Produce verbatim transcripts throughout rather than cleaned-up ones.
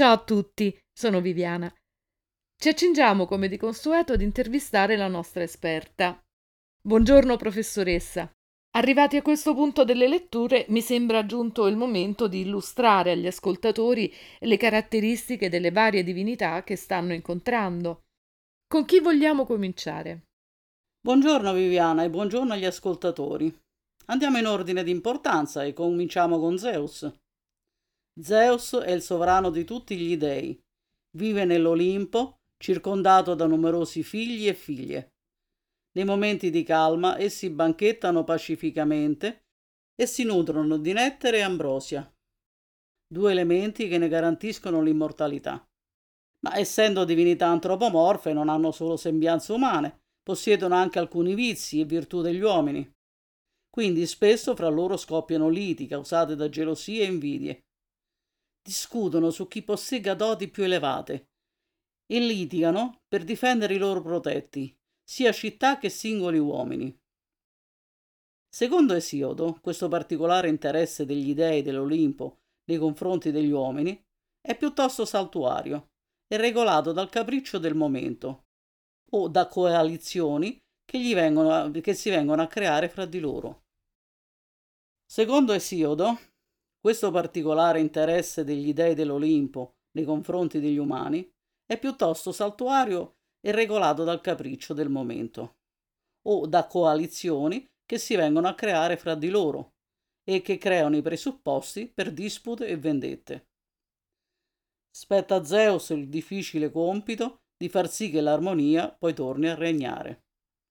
Ciao a tutti, sono Viviana. Ci accingiamo, come di consueto, ad intervistare la nostra esperta. Buongiorno, professoressa. Arrivati a questo punto delle letture, mi sembra giunto il momento di illustrare agli ascoltatori le caratteristiche delle varie divinità che stanno incontrando. Con chi vogliamo cominciare? Buongiorno Viviana e buongiorno agli ascoltatori. Andiamo in ordine di importanza e cominciamo con Zeus. Zeus è il sovrano di tutti gli dei. Vive nell'Olimpo, circondato da numerosi figli e figlie. Nei momenti di calma essi banchettano pacificamente e si nutrono di nettare e ambrosia, due elementi che ne garantiscono l'immortalità. Ma essendo divinità antropomorfe non hanno solo sembianze umane, possiedono anche alcuni vizi e virtù degli uomini. Quindi spesso fra loro scoppiano liti causate da gelosie e invidie. Discutono su chi possegga doti più elevate e litigano per difendere i loro protetti, sia città che singoli uomini. Secondo Esiodo, questo particolare interesse degli dei dell'Olimpo nei confronti degli uomini è piuttosto saltuario e regolato dal capriccio del momento o da coalizioni che, gli vengono a, che si vengono a creare fra di loro. Secondo Esiodo, questo particolare interesse degli dei dell'Olimpo nei confronti degli umani è piuttosto saltuario e regolato dal capriccio del momento o da coalizioni che si vengono a creare fra di loro e che creano i presupposti per dispute e vendette. Spetta a Zeus il difficile compito di far sì che l'armonia poi torni a regnare.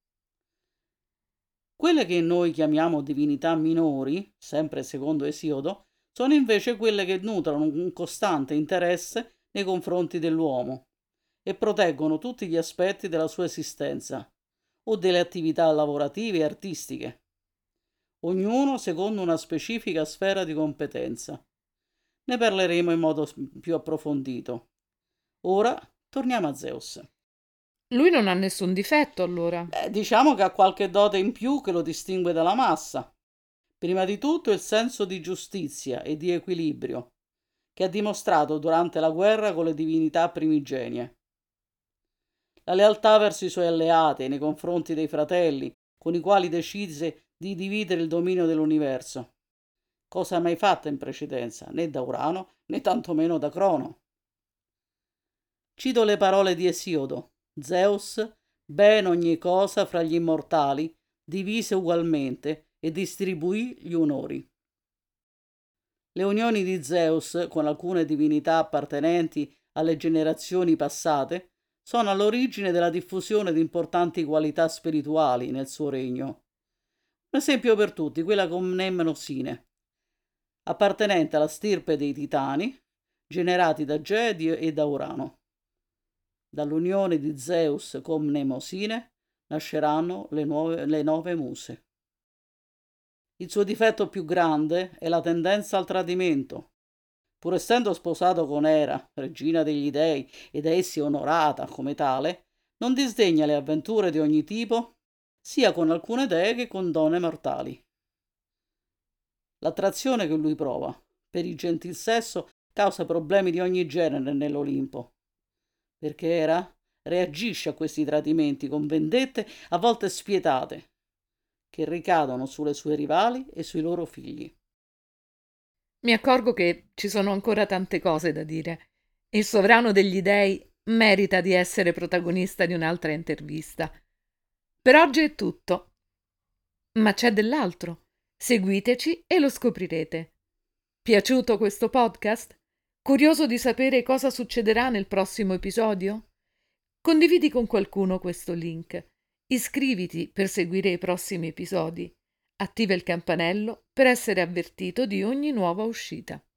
Quelle che noi chiamiamo divinità minori, sempre secondo Esiodo, sono invece quelle che nutrono un costante interesse nei confronti dell'uomo e proteggono tutti gli aspetti della sua esistenza o delle attività lavorative e artistiche, ognuno secondo una specifica sfera di competenza. Ne parleremo in modo più approfondito. Ora torniamo a Zeus. Lui non ha nessun difetto, allora. Beh, diciamo che ha qualche dote in più che lo distingue dalla massa. Prima di tutto il senso di giustizia e di equilibrio, che ha dimostrato durante la guerra con le divinità primigenie. La lealtà verso i suoi alleati e nei confronti dei fratelli, con i quali decise di dividere il dominio dell'universo, cosa mai fatta in precedenza né da Urano né tantomeno da Crono. Cito le parole di Esiodo: Zeus ben ogni cosa fra gli immortali, divise ugualmente e distribuì gli onori. Le unioni di Zeus con alcune divinità appartenenti alle generazioni passate sono all'origine della diffusione di importanti qualità spirituali nel suo regno. Un esempio per tutti, quella con Mnemosyne, appartenente alla stirpe dei Titani, generati da Gedi e da Urano. Dall'unione di Zeus con Mnemosyne nasceranno le, nuove, le nove muse. Il suo difetto più grande è la tendenza al tradimento. Pur essendo sposato con Era, regina degli dei, e da essi onorata come tale, non disdegna le avventure di ogni tipo, sia con alcune dee che con donne mortali. L'attrazione che lui prova per il gentil sesso causa problemi di ogni genere nell'Olimpo, perché Era reagisce a questi tradimenti con vendette a volte spietate, che ricadono sulle sue rivali e sui loro figli. Mi accorgo che ci sono ancora tante cose da dire. Il sovrano degli dei merita di essere protagonista di un'altra intervista. Per oggi è tutto. Ma c'è dell'altro. Seguiteci e lo scoprirete. Piaciuto questo podcast? Curioso di sapere cosa succederà nel prossimo episodio? Condividi con qualcuno questo link. Iscriviti per seguire i prossimi episodi. Attiva il campanello per essere avvertito di ogni nuova uscita.